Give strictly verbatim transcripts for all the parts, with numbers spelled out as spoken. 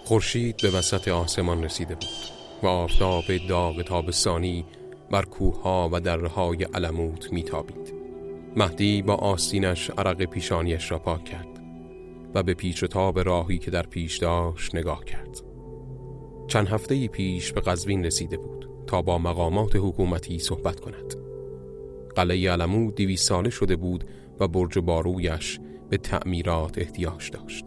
خورشید به وسط آسمان رسیده بود و آفتاب داغ تابستانی بر کوه‌ها و دره‌های علموت میتابید. مهدی با آستینش عرق پیشانیش را پاک کرد و به پیچ و تاب راهی که در پیش داشت نگاه کرد. چند هفته پیش به قزوین رسیده بود تا با مقامات حکومتی صحبت کند. قلعه علموت دویست ساله شده بود و برج و بارویش به تعمیرات احتیاج داشت.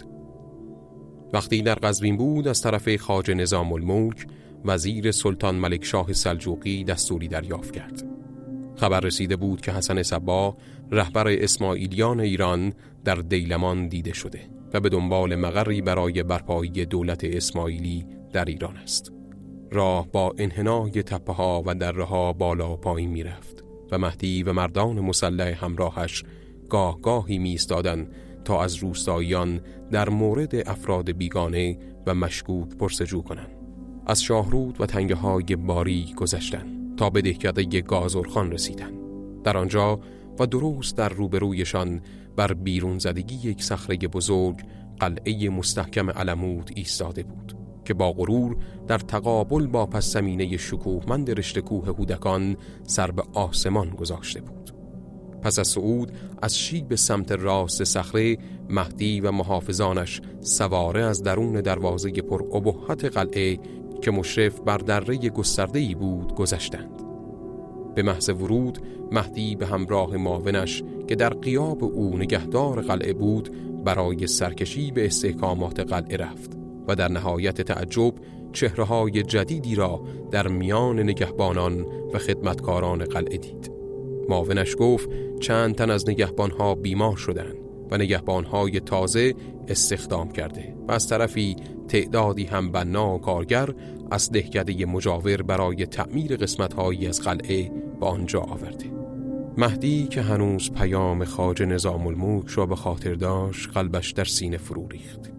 وقتی در قزوین بود از طرف خواجه نظام الملک وزیر سلطان ملکشاه سلجوقی دستوری دریافت کرد. خبر رسیده بود که حسن صباح رهبر اسماعیلیان ایران در دیلمان دیده شده و به دنبال مقری برای برپایی دولت اسماعیلی در ایران است. راه با انحنای تپه‌ها و دره‌ها بالا و پایین می‌رفت و مهدی و مردان مسلح همراهش گاه گاهی می‌ایستادند تا از روستاییان در مورد افراد بیگانه و مشکوک پرسجو کنند. از شاهرود و تنگه‌های باریک گذشتند تا به دهکده گازرخان رسیدند. در آنجا و درست در روبرویشان بر بیرون زدگی یک صخره بزرگ قلعه مستحکم علموت ایستاده بود که با غرور در تقابل با پس زمینه شکوهمند رشته کوه هودکان سر به آسمان گذاشته بود. پس از صعود از شیب سمت راست صخره، مهدی و محافظانش سواره از درون دروازه پر ابهت قلعه که مشرف بر دره گسترده‌ای بود گذشتند. به محض ورود مهدی به همراه معاونش که در غیاب او نگهدار قلعه بود برای سرکشی به استحکامات قلعه رفت و در نهایت تعجب چهره‌های جدیدی را در میان نگهبانان و خدمتکاران قلعه دید. معاونش گفت چند تن از نگهبانها بیمار شدند و نگهبانهای تازه استخدام کرده و از طرفی تعدادی هم بنا و کارگر از دهکده مجاور برای تعمیر قسمت‌هایی از قلعه به آنجا آورده. مهدی که هنوز پیام خواجه نظام الملک را به خاطر داشت قلبش در سینه فرو ریخت.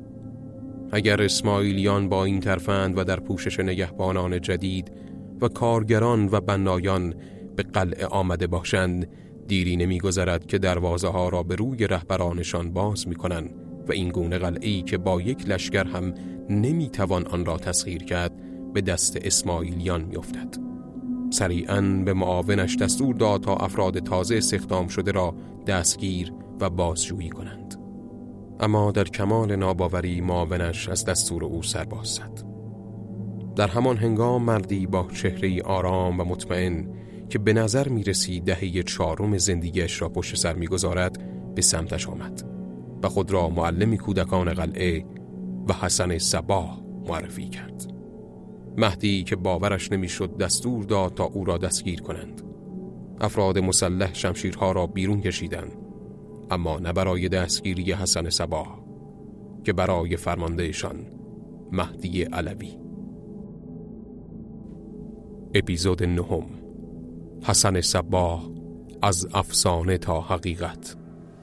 اگر اسماعیلیان با این ترفند و در پوشش نگهبانان جدید و کارگران و بنایان به قلعه آمده باشند، دیری نمی‌گذرد که دروازه ها را به روی رهبرانشان باز می‌کنند و این گونه قلعه‌ای که با یک لشکر هم نمی‌توان آن را تسخیر کرد به دست اسماعیلیان می‌افتد. سریعاً به معاونش دستور داد تا افراد تازه استخدام شده را دستگیر و بازجویی کنند. اما در کمال ناباوری معاونش از دستور او سرباز زد. در همان هنگام مردی با چهره‌ای آرام و مطمئن که به نظر می رسید دهه چهارم زندگیش را پشت سر می گذارد به سمتش آمد و خود را معلم کودکان قلعه و حسن صباح معرفی کرد. مهدی که باورش نمی شد دستور داد تا او را دستگیر کنند. افراد مسلح شمشیرها را بیرون کشیدند، اما نه برای دستگیری حسن صباح که برای فرماندهشان مهدی علوی. اپیزود نهم، حسن صباح از افسانه تا حقیقت.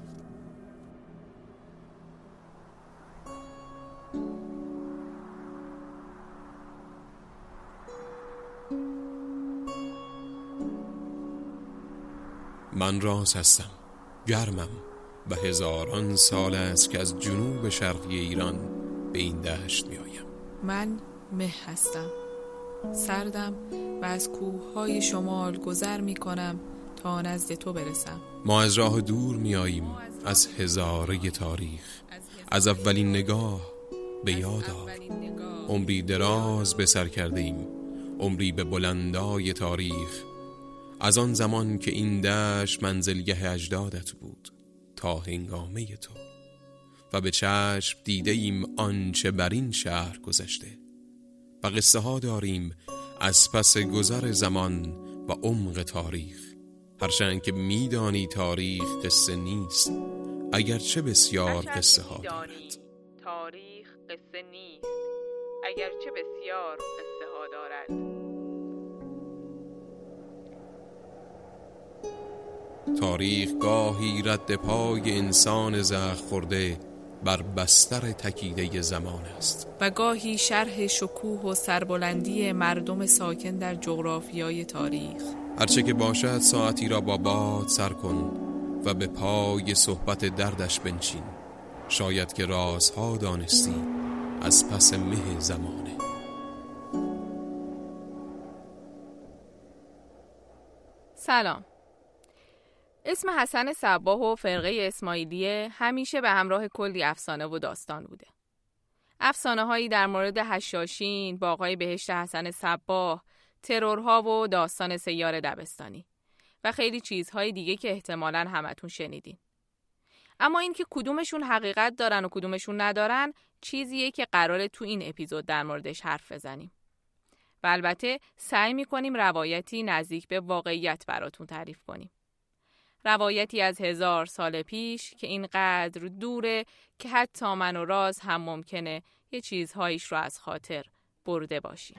من راز هستم، گرمم و هزاران سال است که از جنوب شرقی ایران به این دشت می آیم. من مه هستم، سردم و از کوههای شمال گذر می کنم تا نزد تو برسم. ما از راه دور می آییم، از هزاره تاریخ، از اولین نگاه به یاد آر. عمری دراز به سر کرده ایم، عمری به بلندای تاریخ، از آن زمان که این دشت منزلگه اجدادت بود تا هنگامه تو، و به چشم دیده ایم آنچه بر این شهر گذشته و قصه ها داریم از پس گذر زمان و عمق تاریخ. هرچند که میدانی تاریخ قصه نیست، اگرچه بسیار قصه ها دارد. تاریخ قصه نیست، اگرچه بسیار قصه ها دارد. تاریخ گاهی رد پای انسان زخم خورده بر بستر تکیده زمان است و گاهی شرح شکوه و سربلندی مردم ساکن در جغرافیای تاریخ. هرچه که باشد ساعتی را با باد سر کن و به پای صحبت دردش بنشین. شاید که رازها دانستی از پس مه زمانه. سلام. اسم حسن صباح و فرقه اسماعیلیه همیشه به همراه کلی افسانه و داستان بوده. افسانه هایی در مورد حشاشین، باغ‌های بهشت حسن صباح، ترورها و داستان سیار دبستانی و خیلی چیزهای دیگه که احتمالاً همتون شنیدین. اما این که کدومشون حقیقت دارن و کدومشون ندارن چیزیه که قراره تو این اپیزود در موردش حرف بزنیم. و البته سعی می‌کنیم روایتی نزدیک به واقعیت براتون تعریف کنیم. روایتی از هزار سال پیش که اینقدر دوره که حتی من و راز هم ممکنه یه چیزهایش رو از خاطر برده باشیم.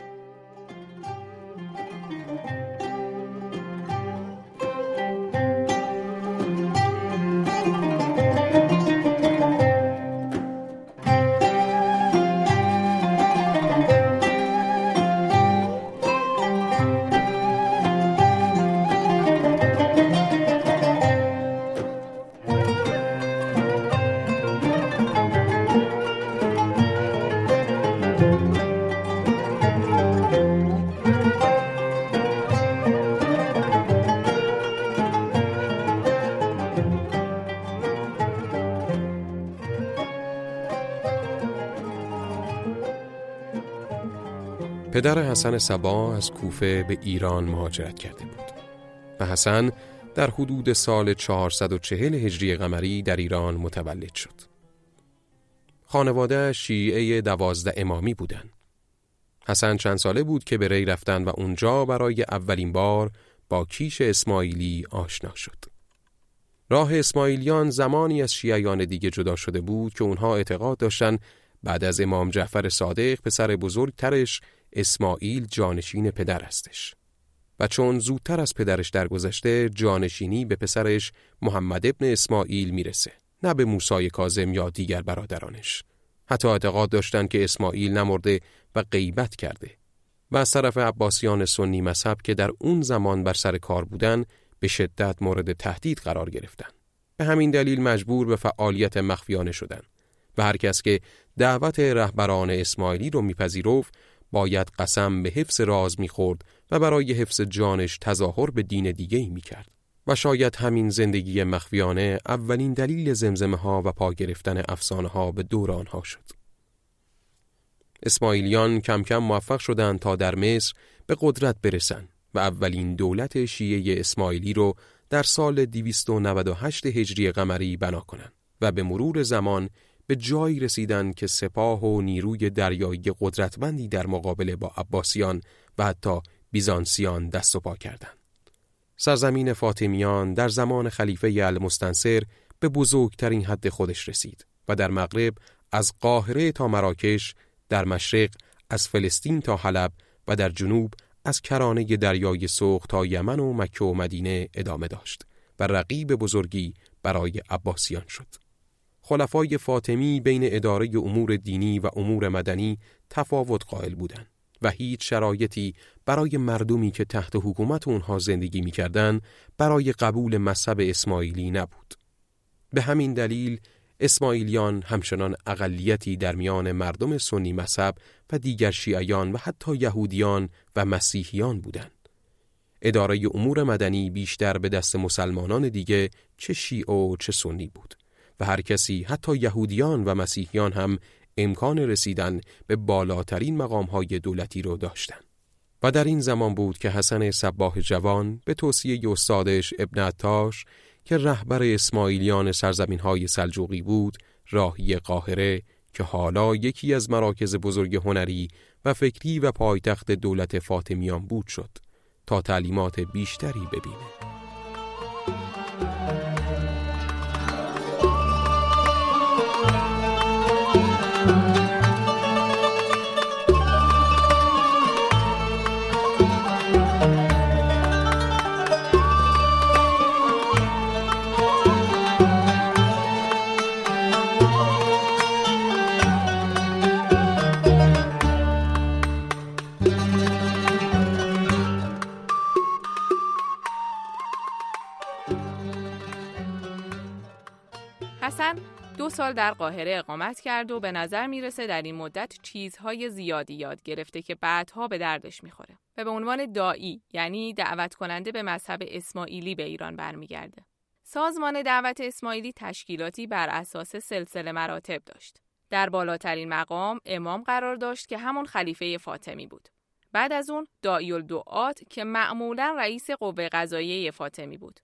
پدر حسن صباح از کوفه به ایران مهاجرت کرده بود و حسن در حدود سال چهارصد و چهل هجری قمری در ایران متولد شد. خانواده شیعه دوازده امامی بودند. حسن چند ساله بود که به ری رفتن و اونجا برای اولین بار با کیش اسماعیلی آشنا شد. راه اسماعیلیان زمانی از شیعیان دیگه جدا شده بود که اونها اعتقاد داشتن بعد از امام جعفر صادق پسر بزرگترش اسماعیل جانشین پدر هستش و چون زودتر از پدرش درگذشته جانشینی به پسرش محمد ابن اسماعیل میرسه، نه به موسی کاظم یا دیگر برادرانش. حتی اعتقاد داشتن که اسماعیل نمرده و غیبت کرده و از طرف عباسیان سنی مذهب که در اون زمان بر سر کار بودن به شدت مورد تهدید قرار گرفتن. به همین دلیل مجبور به فعالیت مخفیانه شدن و هر کس که دعوت رهبران اسماعیلی رو میپذیرفت باید قسم به حفظ راز میخورد و برای حفظ جانش تظاهر به دین دیگه‌ای میکرد و شاید همین زندگی مخفیانه اولین دلیل زمزمه ها و پا گرفتن افسانه ها به دور آنها شد. اسماعیلیان کم کم موفق شدند تا در مصر به قدرت برسن و اولین دولت شیعه اسماعیلی رو در سال دویست و نود و هشت هجری قمری بنا کنند و به مرور زمان به جایی رسیدن که سپاه و نیروی دریایی قدرتمندی در مقابله با عباسیان و حتی بیزانسیان دست و پا کردند. سرزمین فاطمیان در زمان خلیفه المستنصر به بزرگترین حد خودش رسید و در مغرب از قاهره تا مراکش، در مشرق از فلسطین تا حلب و در جنوب از کرانه دریای سرخ تا یمن و مکه و مدینه ادامه داشت و رقیب بزرگی برای عباسیان شد. خلفای فاطمی بین اداره امور دینی و امور مدنی تفاوت قائل بودند و هیچ شرایطی برای مردمی که تحت حکومت اونها زندگی می‌کردند برای قبول مذهب اسماعیلی نبود. به همین دلیل اسماعیلیان همچنان اقلیتی در میان مردم سنی مذهب و دیگر شیعیان و حتی یهودیان و مسیحیان بودند. اداره امور مدنی بیشتر به دست مسلمانان دیگه چه شیعه و چه سنی بود و هر کسی حتی یهودیان و مسیحیان هم امکان رسیدن به بالاترین مقام‌های دولتی رو داشتند. و در این زمان بود که حسن صباح جوان به توصیه استادش ابن عطاش که رهبر اسماعیلیان سرزمین‌های سلجوقی بود، راهی قاهره که حالا یکی از مراکز بزرگ هنری و فکری و پایتخت دولت فاطمیان بود شد تا تعلیمات بیشتری ببینه. دو سال در قاهره اقامت کرد و به نظر میرسه در این مدت چیزهای زیادی یاد گرفته که بعدها به دردش میخوره و به عنوان داعی یعنی دعوت کننده به مذهب اسماعیلی به ایران برمیگرده. سازمان دعوت اسماعیلی تشکیلاتی بر اساس سلسله مراتب داشت. در بالاترین مقام امام قرار داشت که همون خلیفه فاطمی بود. بعد از اون داعی الدعات که معمولاً رئیس قوه قضاییه فاطمی بود.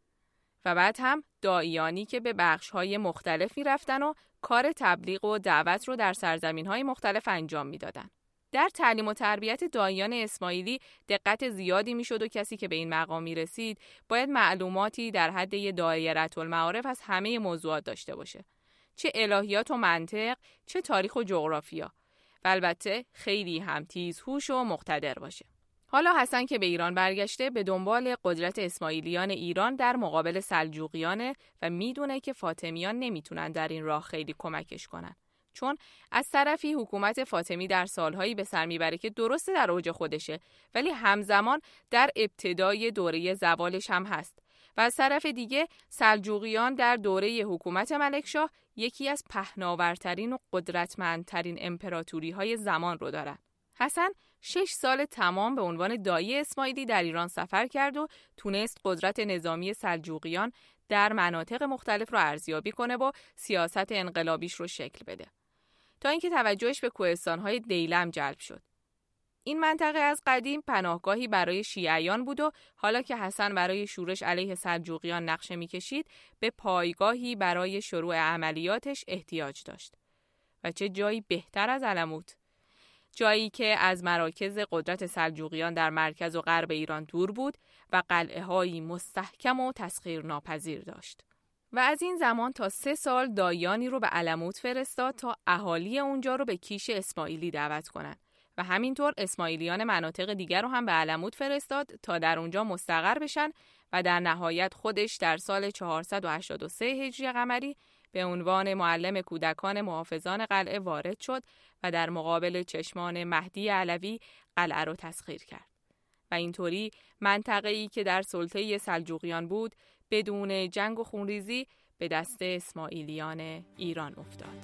و بعد هم داعیانی که به بخش‌های مختلفی رفتن و کار تبلیغ و دعوت رو در سرزمین‌های مختلف انجام میدادن. در تعلیم و تربیت داعیان اسماعیلی دقت زیادی میشد و کسی که به این مقام میرسید باید معلوماتی در حد یه دایره المعارف از همه موضوعات داشته باشه. چه الهیات و منطق، چه تاریخ و جغرافیا. و البته خیلی هم تیزهوش و مقتدر باشه. حالا حسن که به ایران برگشته به دنبال قدرت اسماعیلیان ایران در مقابل سلجوقیانه و میدونه که فاطمیان نمیتونن در این راه خیلی کمکش کنن. چون از طرفی حکومت فاطمی در سالهایی به سر میبره که درسته در اوج خودشه ولی همزمان در ابتدای دوره زوالش هم هست. و از طرف دیگه سلجوقیان در دوره حکومت ملکشاه یکی از پهناورترین و قدرتمندترین امپراتوری های زمان رو دارن. حسن شش سال تمام به عنوان داعی اسماعیلی در ایران سفر کرد و تونست قدرت نظامی سلجوقیان در مناطق مختلف رو ارزیابی کنه و سیاست انقلابیش رو شکل بده. تا اینکه توجهش به کوهستان‌های دیلم جلب شد. این منطقه از قدیم پناهگاهی برای شیعیان بود و حالا که حسن برای شورش علیه سلجوقیان نقشه می‌کشید به پایگاهی برای شروع عملیاتش احتیاج داشت. و چه جایی بهتر از علموت؟ جایی که از مراکز قدرت سلجوقیان در مرکز و غرب ایران دور بود و قلعه‌هایی مستحکم و تسخیرناپذیر داشت. و از این زمان تا سه سال داعیانی رو به علموت فرستاد تا اهالی اونجا رو به کیش اسماعیلی دعوت کنن و همینطور اسماعیلیان مناطق دیگر رو هم به علموت فرستاد تا در اونجا مستقر بشن و در نهایت خودش در سال چهارصد و هشتاد و سه هجری قمری به عنوان معلم کودکان محافظان قلعه وارد شد و در مقابل چشمان مهدی علوی قلعه رو تسخیر کرد. و اینطوری منطقه‌ای که در سلطه سلجوقیان بود بدون جنگ و خونریزی به دست اسماعیلیان ایران افتاد.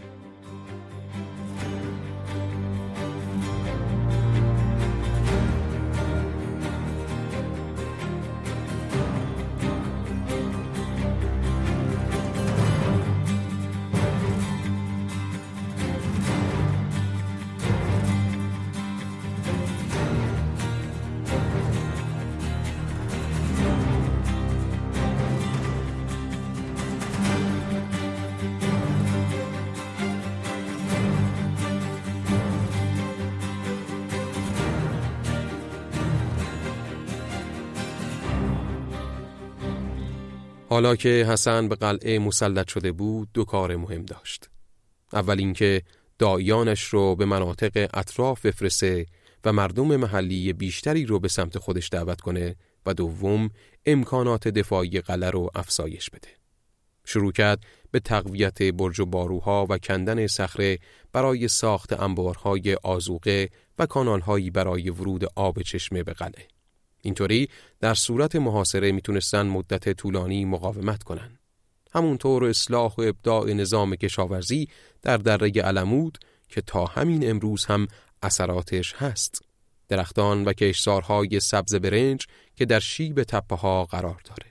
حالا که حسن به قلعه مسلط شده بود دو کار مهم داشت. اول اینکه داعیانش رو به مناطق اطراف بفرسته و مردم محلی بیشتری رو به سمت خودش دعوت کنه و دوم امکانات دفاعی قلعه رو افزایش بده. شروع کرد به تقویت برج و باروها و کندن صخره برای ساخت انبارهای آذوقه و کانالهایی برای ورود آب چشمه به قلعه. اینطوری در صورت محاصره میتونستن مدت طولانی مقاومت کنن. همونطور اصلاح و ابداع نظام کشاورزی در دره علمود که تا همین امروز هم اثراتش هست. درختان و کشتزارهای سبز برنج که در شیب تپه ها قرار داره.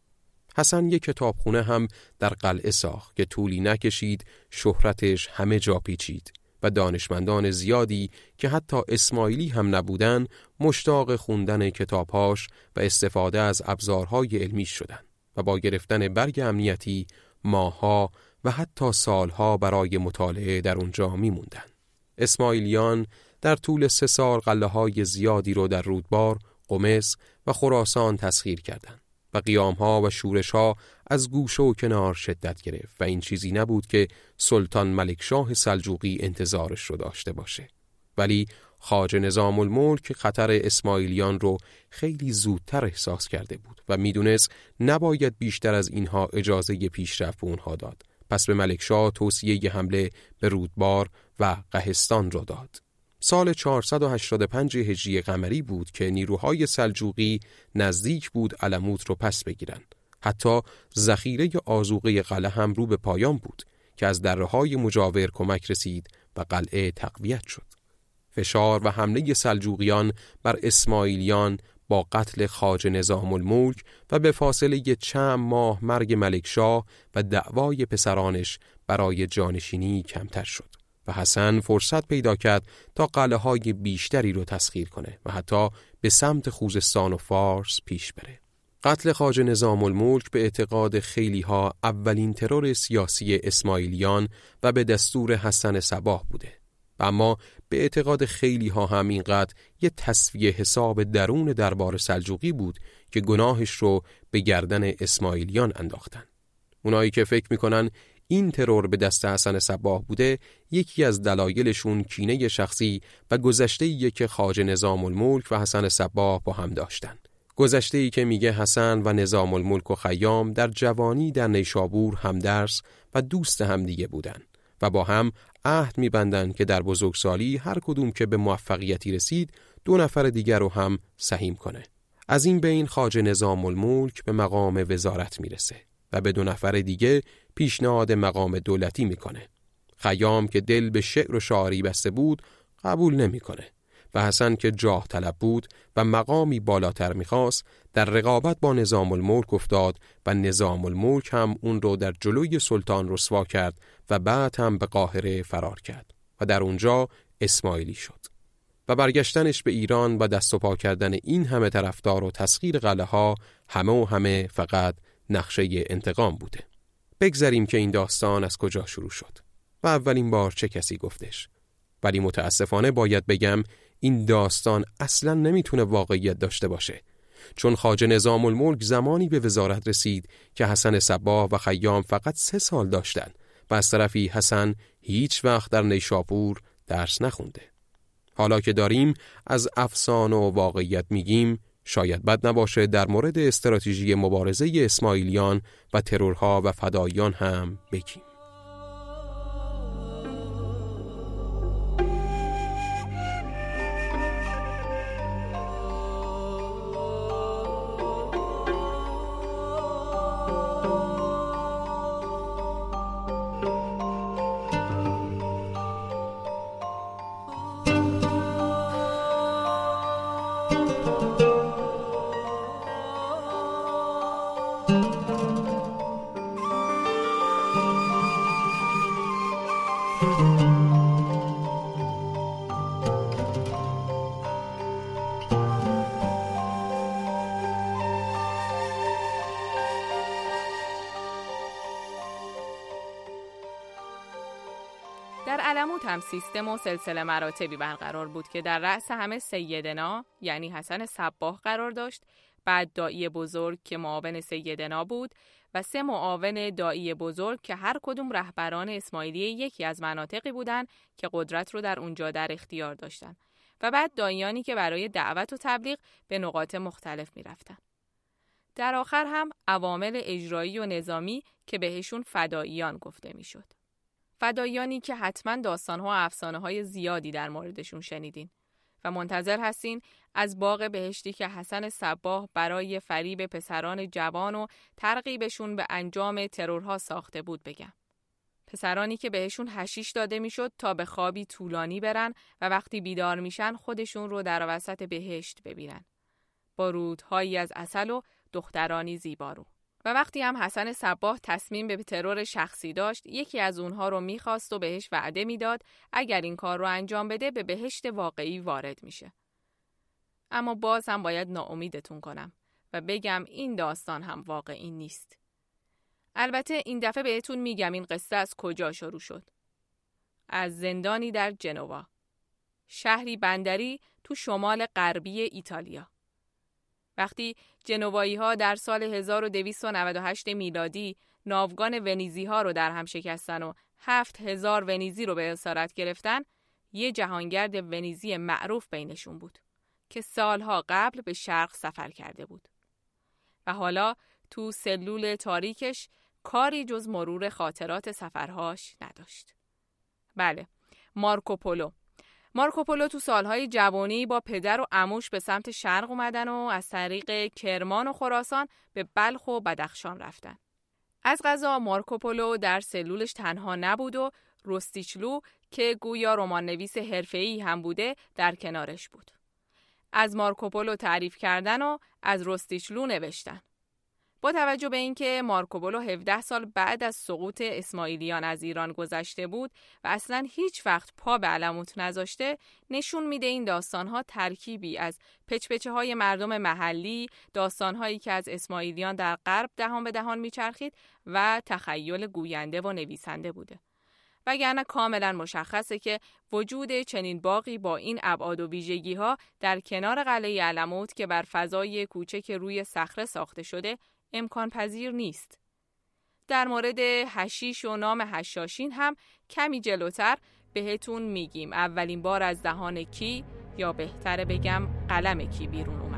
حسن یک کتابخونه هم در قلعه ساخت که طولی نکشید شهرتش همه جا پیچید و دانشمندان زیادی که حتی اسماعیلی هم نبودن مشتاق خوندن کتابهاش و استفاده از ابزارهای علمی شدند و با گرفتن برگ امنیتی ماهها و حتی سالها برای مطالعه در اونجا میموندن. اسماعیلیان در طول سه سال قلعه‌های زیادی رو در رودبار، قمص و خراسان تسخیر کردند و قیامها و شورشها از گوشه و کنار شدت گرفت و این چیزی نبود که سلطان ملکشاه سلجوقی انتظارش رو داشته باشه. ولی خواجه نظام الملک خطر اسماعیلیان رو خیلی زودتر احساس کرده بود و میدونست نباید بیشتر از اینها اجازه پیشرفت به اونها داد. پس به ملکشاه توصیه حمله به رودبار و قهستان رو داد. سال چهارصد و هشتاد و پنج هجری قمری بود که نیروهای سلجوقی نزدیک بود علموت رو پس بگیرن حتی ذخیره آذوقه قلعه هم رو به پایان بود که از دره‌های مجاور کمک رسید و قلعه تقویت شد. فشار و حمله سلجوقیان بر اسماعیلیان با قتل خواجه نظام الملک و به فاصله چند ماه مرگ ملکشاه و دعوای پسرانش برای جانشینی کمتر شد و حسن فرصت پیدا کرد تا قلعه‌های بیشتری رو تسخیر کنه و حتی به سمت خوزستان و فارس پیش بره. قتل خواجه نظام الملک به اعتقاد خیلی‌ها اولین ترور سیاسی اسماعیلیان و به دستور حسن صباح بوده. اما به اعتقاد خیلی‌ها هم این قتل یه تسویه حساب درون دربار سلجوقی بود که گناهش رو به گردن اسماعیلیان انداختن. اونایی که فکر میکنن این ترور به دست حسن صباح بوده، یکی از دلایلشون کینه شخصی و گذشته‌ایه که خواجه نظام الملک و حسن صباح با هم داشتن. گذشته‌ای که میگه حسن و نظام الملک و خیام در جوانی در نیشابور همدرس و دوست همدیگه بودن و با هم عهد می‌بندن که در بزرگسالی هر کدوم که به موفقیتی رسید دو نفر دیگر رو هم سهیم کنه. از این بین خواجه نظام الملک به مقام وزارت میرسه و به دو نفر دیگه پیشنهاد مقام دولتی میکنه. خیام که دل به شعر و شاعری بسته بود قبول نمیکنه و حسن که جاه طلب بود و مقامی بالاتر میخواست در رقابت با نظام الملک افتاد و نظام الملک هم اون رو در جلوی سلطان رسوا کرد و بعد هم به قاهره فرار کرد و در اونجا اسماعیلی شد. و برگشتنش به ایران و دست و پا کردن این همه طرفدار و تسخیر قلعه ها همه و همه فقط نقشه انتقام بوده. بگذاریم که این داستان از کجا شروع شد و اولین بار چه کسی گفتش. ولی متاسفانه باید بگم این داستان اصلا نمیتونه واقعیت داشته باشه، چون خواجه نظام الملک زمانی به وزارت رسید که حسن صباح و خیام فقط سه سال داشتن و از طرفی حسن هیچ وقت در نیشابور درس نخونده. حالا که داریم از افسانه و واقعیت میگیم، شاید بد نباشه در مورد استراتژی مبارزه اسماعیلیان و ترورها و فداییان هم بگیم. در علموت هم سیستم و سلسله مراتبی برقرار بود که در رأس همه سیدنا یعنی حسن صباح قرار داشت، بعد داعی بزرگ که معاون سیدنا بود و سه معاون داعی بزرگ که هر کدوم رهبران اسماعیلی یکی از مناطقی بودند که قدرت رو در اونجا در اختیار داشتن و بعد داعیانی که برای دعوت و تبلیغ به نقاط مختلف می رفتن. در آخر هم عوامل اجرایی و نظامی که بهشون فداییان گفته می شد. فداییانی که حتما داستان‌ها و افسانه‌های زیادی در موردشون شنیدین و منتظر هستین از باغ بهشتی که حسن صباح برای فریب پسران جوان و ترغیبشون به انجام ترورها ساخته بود بگم. پسرانی که بهشون حشیش داده میشد تا به خوابی طولانی برن و وقتی بیدار میشن خودشون رو در وسط بهشت ببینن با رودهایی از عسل و دخترانی زیبارو. و وقتی هم حسن صباح تصمیم به ترور شخصی داشت، یکی از اونها رو میخواست و بهش وعده میداد اگر این کار رو انجام بده به بهشت واقعی وارد میشه. اما باز هم باید ناامیدتون کنم و بگم این داستان هم واقعی نیست. البته این دفعه بهتون میگم این قصه از کجا شروع شد. از زندانی در جنوا، شهری بندری تو شمال غربی ایتالیا. وقتی جنوایی ها در سال هزار و دویست و نود و هشت میلادی ناوگان ونیزی ها رو در هم شکستن و هفت هزار ونیزی رو به اسارت گرفتن، یه جهانگرد ونیزی معروف بینشون بود که سالها قبل به شرق سفر کرده بود و حالا تو سلول تاریکش کاری جز مرور خاطرات سفرهاش نداشت. بله، مارکوپولو. مارکوپولو تو سالهای جوانی با پدر و عموش به سمت شرق اومدن و از طریق کرمان و خراسان به بلخ و بدخشان رفتن. از قضا مارکوپولو در سلولش تنها نبود و رستیچلو که گویا رمان نویس حرفه‌ای هم بوده در کنارش بود. از مارکوپولو تعریف کردن و از رستیچلو نوشتن. با توجه به اینکه مارکوپولو هفده سال بعد از سقوط اسماعیلیان از ایران گذشته بود و اصلاً هیچ وقت پا به علموت نذاشته، نشون میده این داستان‌ها ترکیبی از پچ‌پچه های مردم محلی، داستان‌هایی که از اسماعیلیان در غرب دهان به دهان میچرخید و تخیل گوینده و نویسنده بوده. وگرنه کاملا مشخصه که وجود چنین باغی با این ابعاد و ویژگی‌ها در کنار قلعه علموت که بر فضای کوچک روی صخره ساخته شده امکان پذیر نیست. در مورد حشیش و نام حشاشین هم کمی جلوتر بهتون میگیم اولین بار از دهان کی، یا بهتره بگم قلم کی بیرون اومد.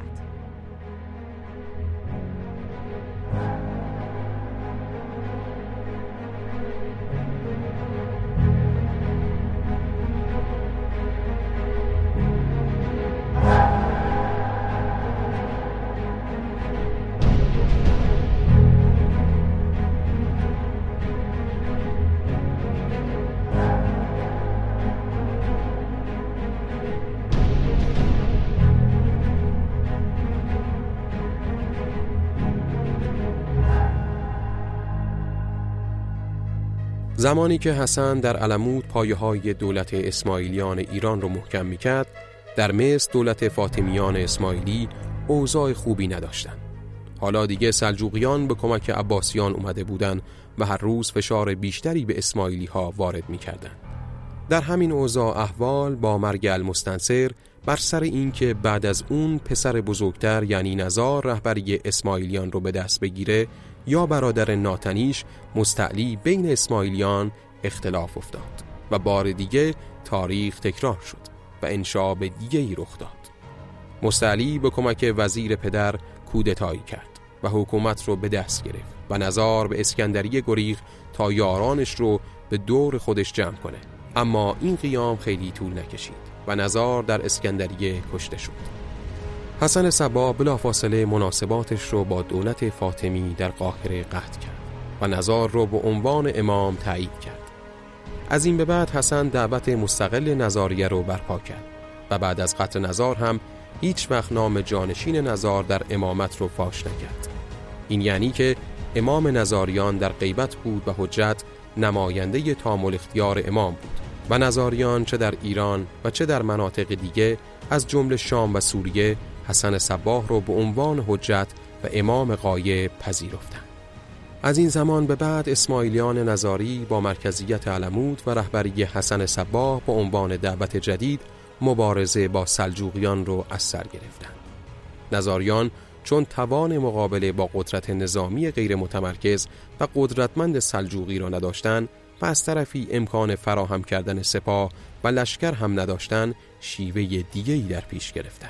زمانی که حسن در علموت پایه‌های دولت اسماعیلیان ایران رو محکم می‌کرد، در مصر دولت فاطمیان اسماعیلی اوضاع خوبی نداشتند. حالا دیگه سلجوقیان به کمک عباسیان اومده بودند و هر روز فشار بیشتری به اسماعیلی‌ها وارد می‌کردند. در همین اوضاع احوال با مرگ المستنصر بر سر این که بعد از اون پسر بزرگتر یعنی نزار رهبری اسماعیلیان رو به دست بگیره یا برادر ناتنیش مستعلی بین اسماعیلیان اختلاف افتاد و بار دیگه تاریخ تکرار شد و انشاب دیگه‌ای رخ داد. مستعلی به کمک وزیر پدر کودتایی کرد و حکومت رو به دست گرفت و نزار به اسکندریه گریخت تا یارانش رو به دور خودش جمع کنه. اما این قیام خیلی طول نکشید و نزار در اسکندریه کشته شد. حسن صبا بلافاصله مناسباتش رو با دولت فاطمی در قاهره قطع کرد و نزار رو به عنوان امام تایید کرد. از این به بعد حسن دعوت مستقل نزاریه رو برپا کرد و بعد از قتل نزار هم هیچ وقت نام جانشین نزار در امامت رو فاش نکرد. این یعنی که امام نزاریان در غیبت بود و حجت نماینده تامل اختیار امام بود و نزاریان چه در ایران و چه در مناطق دیگه از جمله شام و سوریه حسن صباح رو به عنوان حجت و امام غایب پذیرفتند. از این زمان به بعد اسماعیلیان نزاری با مرکزیت علموت و رهبری حسن صباح با عنوان دعوت جدید مبارزه با سلجوقیان رو از سر گرفتند. نزاریان چون توان مقابله با قدرت نظامی غیر متمرکز و قدرتمند سلجوقی را نداشتند و از طرفی امکان فراهم کردن سپاه و لشکر هم نداشتند، شیوه دیگه‌ای در پیش گرفتند.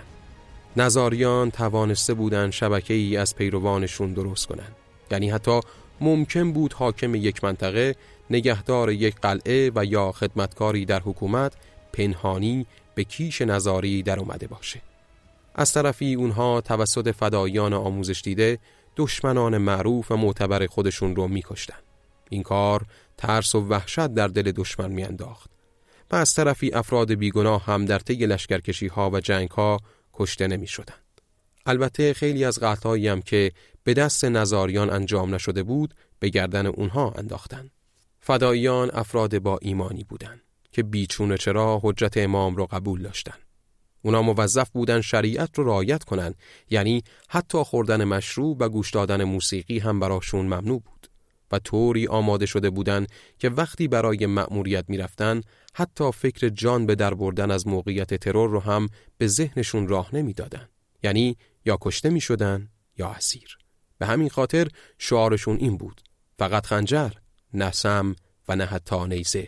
نزاریان توانسته بودند شبکه‌ای از پیروانشون درست کنند. یعنی حتی ممکن بود حاکم یک منطقه، نگهدار یک قلعه و یا خدمتکاری در حکومت پنهانی به کیش نزاری در اومده باشه. از طرفی اونها توسط فداییان آموزش دیده دشمنان معروف و معتبر خودشون رو می‌کشتن. این کار ترس و وحشت در دل دشمن میانداخت و از طرفی افراد بیگناه هم در طی لشکرکشی‌ها و جنگ‌ها کشته نمی‌شدند. البته خیلی از قتل‌هایی هم که به دست نزاریان انجام نشده بود به گردن اونها انداختند. فداییان افراد با ایمانی بودند که بیچون چرا حجت امام رو قبول داشتند. اونا موظف بودن شریعت رو رعایت کنن، یعنی حتی خوردن مشروب و گوش دادن موسیقی هم براشون ممنوع بود و طوری آماده شده بودن که وقتی برای مأموریت میرفتن حتی فکر جان به در بردن از موقعیت ترور رو هم به ذهنشون راه نمیدادن، یعنی یا کشته میشدن یا اسیر. به همین خاطر شعارشون این بود: فقط خنجر، نه سم و نه حتی نیزه.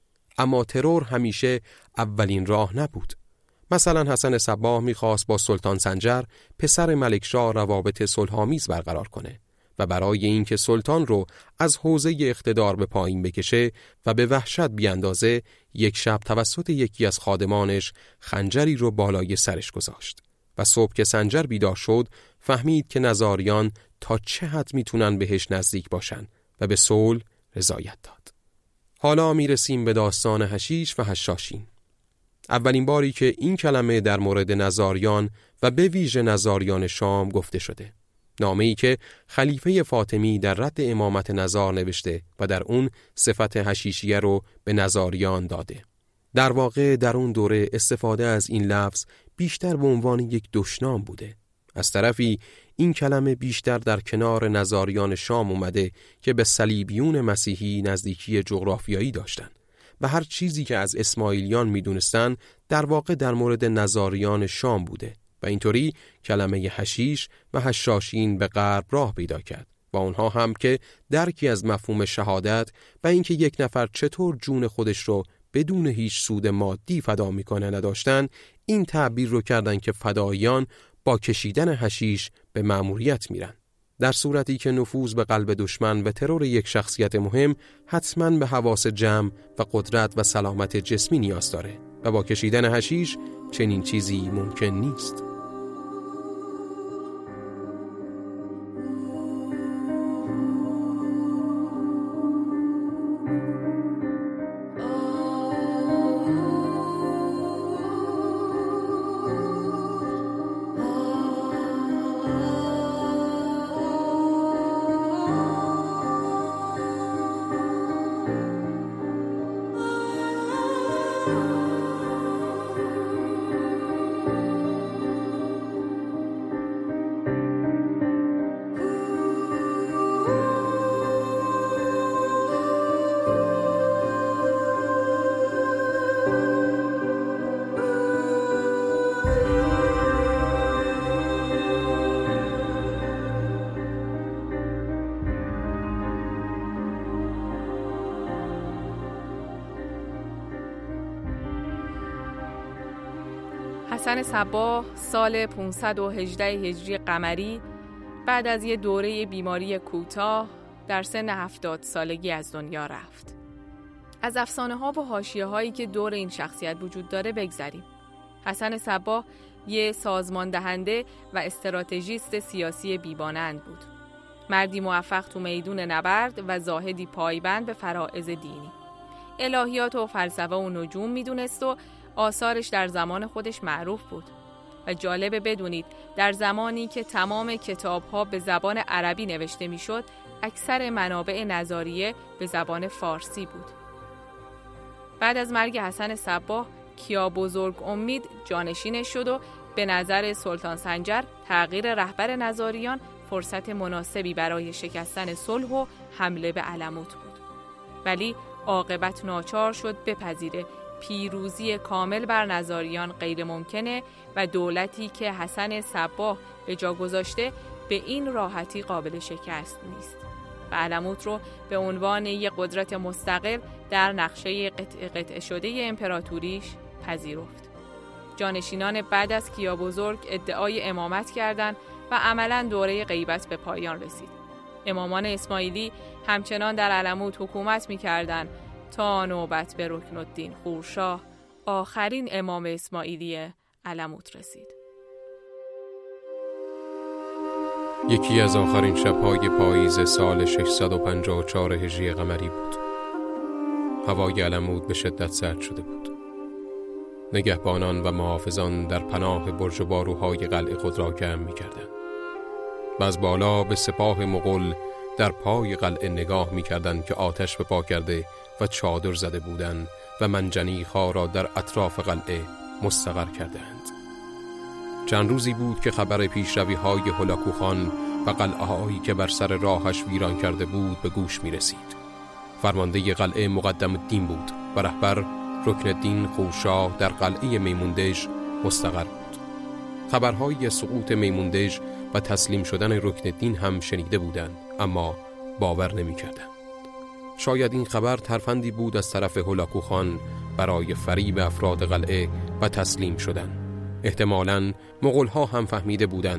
اما ترور همیشه اولین راه نبود. مثلا حسن صباح میخواست با سلطان سنجر پسر ملکشاه روابط صلح‌آمیز برقرار کنه و برای اینکه سلطان رو از حوزه اقتدار به پایین بکشه و به وحشت بیاندازه، یک شب توسط یکی از خادمانش خنجری رو بالای سرش گذاشت و صبح که سنجر بیدار شد فهمید که نزاریان تا چه حد میتونن بهش نزدیک باشن و به صلح رضایت داد. حالا میرسیم به داستان حشیش و حشاشین. اولین باری که این کلمه در مورد نزاریان و به ویژه نزاریان شام گفته شده. نامه‌ای که خلیفه فاطمی در رد امامت نزار نوشته و در اون صفت حشیشیه رو به نزاریان داده. در واقع در اون دوره استفاده از این لفظ بیشتر به عنوان یک دشنام بوده. از طرفی این کلمه بیشتر در کنار نزاریان شام اومده که به صلیبیون مسیحی نزدیکی جغرافیایی داشتن و هر چیزی که از اسماعیلیان میدونستن در واقع در مورد نزاریان شام بوده و اینطوری کلمه حشیش و حشاشین به غرب راه پیدا کرد و اونها هم که درکی از مفهوم شهادت و اینکه یک نفر چطور جون خودش رو بدون هیچ سود مادی فدا میکنه نداشتن، این تعبیر رو کردن که فداییان با کشیدن حشیش به مأموریت میرن. در صورتی که نفوذ به قلب دشمن و ترور یک شخصیت مهم حتماً به حواس جمع و قدرت و سلامت جسمی نیاز داره و با کشیدن حشیش چنین چیزی ممکن نیست. حسن صباح سال پانصد و هجده هجری قمری بعد از یه دوره بیماری کوتاه در سن هفتاد سالگی از دنیا رفت. از افسانه ها و حاشیه هایی که دور این شخصیت وجود داره بگذریم. حسن صباح یه سازمان دهنده و استراتژیست سیاسی بی‌مانند بود. مردی موفق تو میدون نبرد و زاهدی پایبند به فرائض دینی. الهیات و فلسفه و نجوم میدونست و آثارش در زمان خودش معروف بود. و جالبه بدونید در زمانی که تمام کتاب‌ها به زبان عربی نوشته میشد، اکثر منابع نظریه به زبان فارسی بود. بعد از مرگ حسن صباح، کیا بزرگ امید جانشینش شد و به نظر سلطان سنجر تغییر رهبر نظاریان فرصت مناسبی برای شکستن صلح و حمله به علموت بود. ولی عاقبت ناچار شد بپذیره پیروزی کامل بر نظاریان غیر ممکنه و دولتی که حسن صباح به جا گذاشته به این راحتی قابل شکست نیست و علموت رو به عنوان یک قدرت مستقل در نقشه قطع قطع شده امپراتوریش پذیرفت. جانشینان بعد از کیا بزرگ ادعای امامت کردند و عملاً دوره غیبت به پایان رسید. امامان اسماعیلی همچنان در علموت حکومت می‌کردند تا نوبت به رکن الدین خورشاه، آخرین امام اسماعیلی علموت رسید. یکی از آخرین شب‌های پاییز سال ششصد و پنجاه و چهار هجری قمری بود. هوای علموت به شدت سرد شده بود. نگهبانان و محافظان در پناه برج و باروهای قلعه خود را گرم می‌کردند. و از بالا به سپاه مغول در پای قلعه نگاه می‌کردند که آتش به پا کرده و چادر زده بودند و منجنیق‌ها را در اطراف قلعه مستقر کردند. چند روزی بود که خبر پیشروی‌های هولاکو خان و قلعه‌هایی که بر سر راهش ویران کرده بود به گوش می‌رسید. فرمانده قلعه مقدم الدین بود و رهبر رکن الدین خورشاه در قلعه میموندژ مستقر بود. خبرهای سقوط میموندژ و تسلیم شدن رکن الدین هم شنیده بودند، اما باور نمی‌کردند. شاید این خبر ترفندی بود از طرف هولاکو خان برای فریب افراد قلعه و تسلیم شدن. احتمالاً مغول‌ها هم فهمیده بودند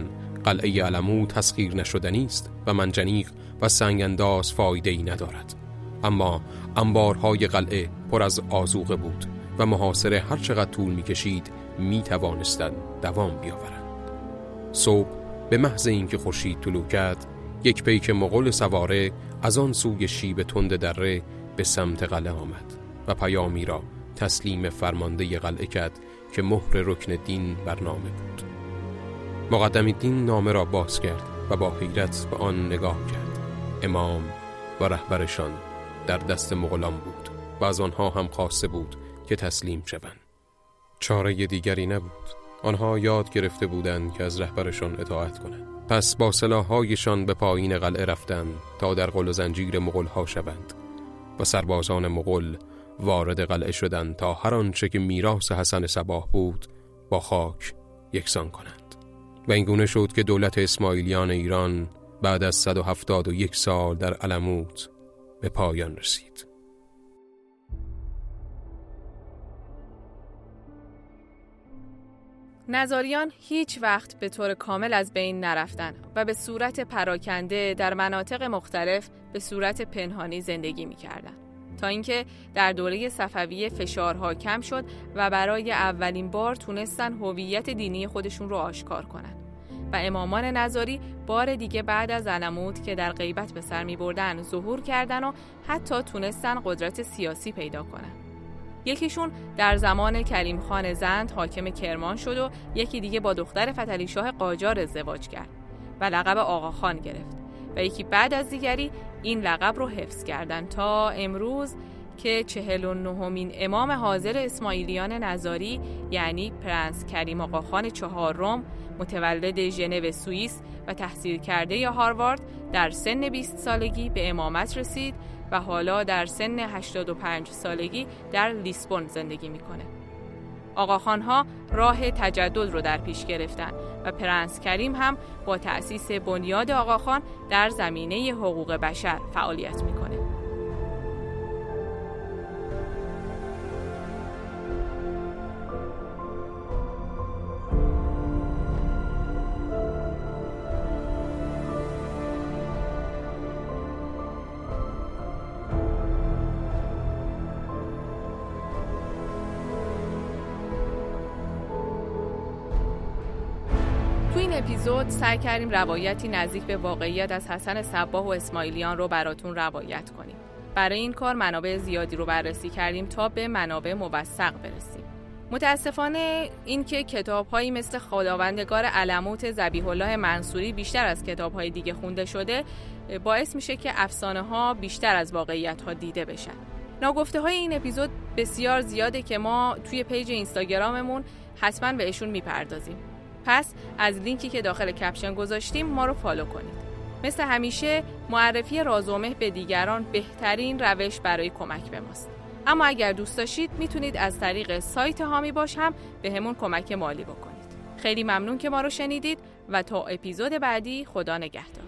قلعه علموت تسخیر نشدنی است و منجنیق و سنگ انداز فایده‌ای ندارد. اما انبارهای قلعه پر از آذوقه بود و محاصره هر چقدر طول می‌کشید می‌توانستند دوام بیاورند. صبح به محض اینکه خورشید طلوع کرد، یک پیک مغول سواره از آن سوی شیب تند دره به سمت قلعه آمد و پیامی را تسلیم فرمانده قلعه کرد که مهر رکن دین برنامه بود. مقدم الدین نامه را باز کرد و با حیرت به آن نگاه کرد. امام و رهبرشان در دست مغولان بود و از آنها هم خواسته بود که تسلیم شوند. چاره دیگری نبود. آنها یاد گرفته بودند که از رهبرشان اطاعت کنند. پس با سلاح‌هایشان به پایین قلعه رفتند تا در قل و زنجیر مغول‌ها شوند و سربازان مغول وارد قلعه شدند تا هر آنچه که میراث حسن صباح بود با خاک یکسان کنند. و اینگونه شد که دولت اسماعیلیان ایران بعد از صد و هفتاد و یک سال در علموت به پایان رسید. نزاریان هیچ وقت به طور کامل از بین نرفتن و به صورت پراکنده در مناطق مختلف به صورت پنهانی زندگی می‌کردند تا اینکه در دوره صفویه فشارها کم شد و برای اولین بار تونستن هویت دینی خودشون رو آشکار کنن و امامان نزاری بار دیگه بعد از علموت که در غیبت به سر می‌بردن ظهور کردن و حتی تونستن قدرت سیاسی پیدا کنن. یکیشون در زمان کریم خان زند حاکم کرمان شد و یکی دیگه با دختر فتحعلی شاه قاجار ازدواج کرد و لقب آقا خان گرفت و یکی بعد از دیگری این لقب رو حفظ کردن تا امروز که چهل و نهمین امام حاضر اسماعیلیان نزاری یعنی پرنس کریم آقا خان چهارم متولد ژنو سوئیس و تحصیل کرده هاروارد در سن بیست سالگی به امامت رسید و حالا در سن هشتاد و پنج سالگی در لیسبون زندگی میکنه. آقاخانها راه تجدد رو در پیش گرفتن و پرنس کریم هم با تأسیس بنیاد آقاخان در زمینه حقوق بشر فعالیت میکنه. تو این اپیزود سعی کردیم روایتی نزدیک به واقعیت از حسن صباح و اسماعیلیان رو براتون روایت کنیم. برای این کار منابع زیادی رو بررسی کردیم تا به منابع موثق برسیم. متاسفانه اینکه کتاب‌هایی مثل خداوندگار علموت ذبیح الله منصوری بیشتر از کتاب‌های دیگه خونده شده، باعث میشه که افسانه‌ها بیشتر از واقعیت‌ها دیده بشن. ناگفته‌های این اپیزود بسیار زیاده که ما توی پیج اینستاگراممون حتما بهشون میپردازیم. پس از لینکی که داخل کپشن گذاشتیم ما رو فالو کنید. مثل همیشه معرفی رازومه به دیگران بهترین روش برای کمک به ماست. اما اگر دوست داشتید میتونید از طریق سایت هامی باش هم به همون کمک مالی بکنید. خیلی ممنون که ما رو شنیدید و تا اپیزود بعدی خدا نگهدار.